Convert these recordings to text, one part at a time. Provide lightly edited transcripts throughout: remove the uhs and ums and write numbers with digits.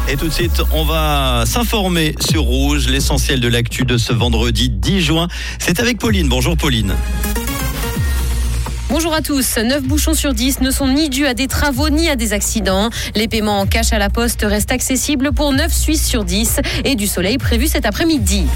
Et tout de suite, on va s'informer sur Rouge, l'essentiel de l'actu de ce vendredi 10 juin. C'est avec Pauline. Bonjour Pauline. Bonjour à tous. 9 bouchons sur 10 ne sont ni dus à des travaux ni à des accidents. Les paiements en cash à la poste restent accessibles pour 9 Suisses sur 10 et du soleil prévu cet après-midi.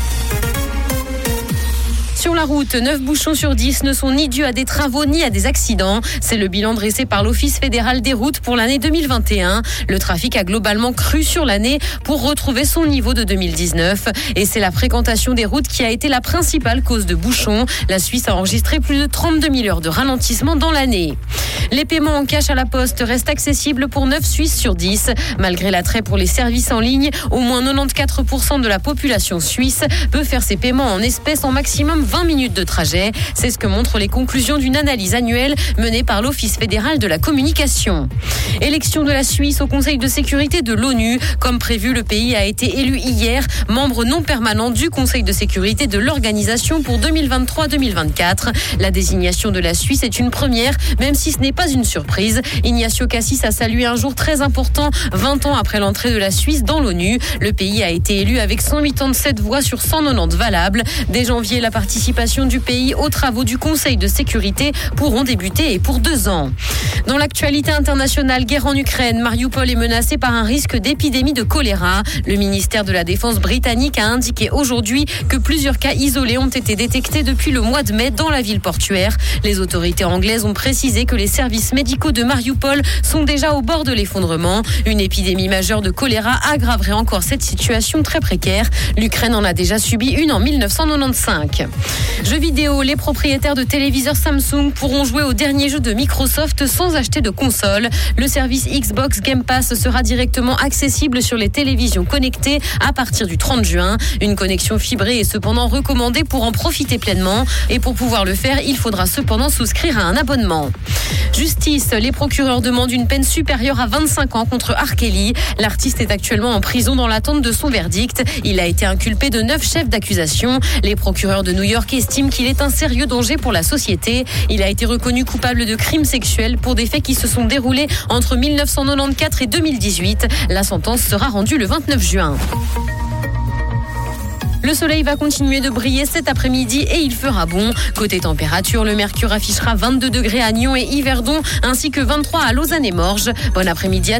Sur la route, 9 bouchons sur 10 ne sont ni dus à des travaux ni à des accidents. C'est le bilan dressé par l'Office fédéral des routes pour l'année 2021. Le trafic a globalement cru sur l'année pour retrouver son niveau de 2019. Et c'est la fréquentation des routes qui a été la principale cause de bouchons. La Suisse a enregistré plus de 32 000 heures de ralentissement dans l'année. Les paiements en cash à la poste restent accessibles pour 9 Suisses sur 10. Malgré l'attrait pour les services en ligne, au moins 94% de la population suisse peut faire ses paiements en espèces en maximum 20 minutes de trajet. C'est ce que montrent les conclusions d'une analyse annuelle menée par l'Office fédéral de la communication. Élection de la Suisse au Conseil de sécurité de l'ONU. Comme prévu, le pays a été élu hier membre non permanent du Conseil de sécurité de l'organisation pour 2023-2024. La désignation de la Suisse est une première, même si ce n'est pas une surprise. Ignacio Cassis a salué un jour très important, 20 ans après l'entrée de la Suisse dans l'ONU. Le pays a été élu avec 187 voix sur 190 valables. Dès janvier, la participation du pays aux travaux du Conseil de sécurité pourront débuter et pour 2 ans. Dans l'actualité internationale, guerre en Ukraine, Mariupol est menacé par un risque d'épidémie de choléra. Le ministère de la Défense britannique a indiqué aujourd'hui que plusieurs cas isolés ont été détectés depuis le mois de mai dans la ville portuaire. Les autorités anglaises ont précisé que les services médicaux de Mariupol sont déjà au bord de l'effondrement. Une épidémie majeure de choléra aggraverait encore cette situation très précaire. L'Ukraine en a déjà subi une en 1995. Jeux vidéo, les propriétaires de téléviseurs Samsung pourront jouer au dernier jeu de Microsoft sans acheter de console. Le service Xbox Game Pass sera directement accessible sur les télévisions connectées à partir du 30 juin. Une connexion fibrée est cependant recommandée pour en profiter pleinement. Et pour pouvoir le faire, il faudra cependant souscrire à un abonnement. Justice, les procureurs demandent une peine supérieure à 25 ans contre R. Kelly. L'artiste est actuellement en prison dans l'attente de son verdict. Il a été inculpé de 9 chefs d'accusation. Les procureurs de New York estime qu'il est un sérieux danger pour la société. Il a été reconnu coupable de crimes sexuels pour des faits qui se sont déroulés entre 1994 et 2018. La sentence sera rendue le 29 juin. Le soleil va continuer de briller cet après-midi et il fera bon. Côté température, le mercure affichera 22 degrés à Nyon et Yverdon ainsi que 23 à Lausanne et Morges. Bon après-midi à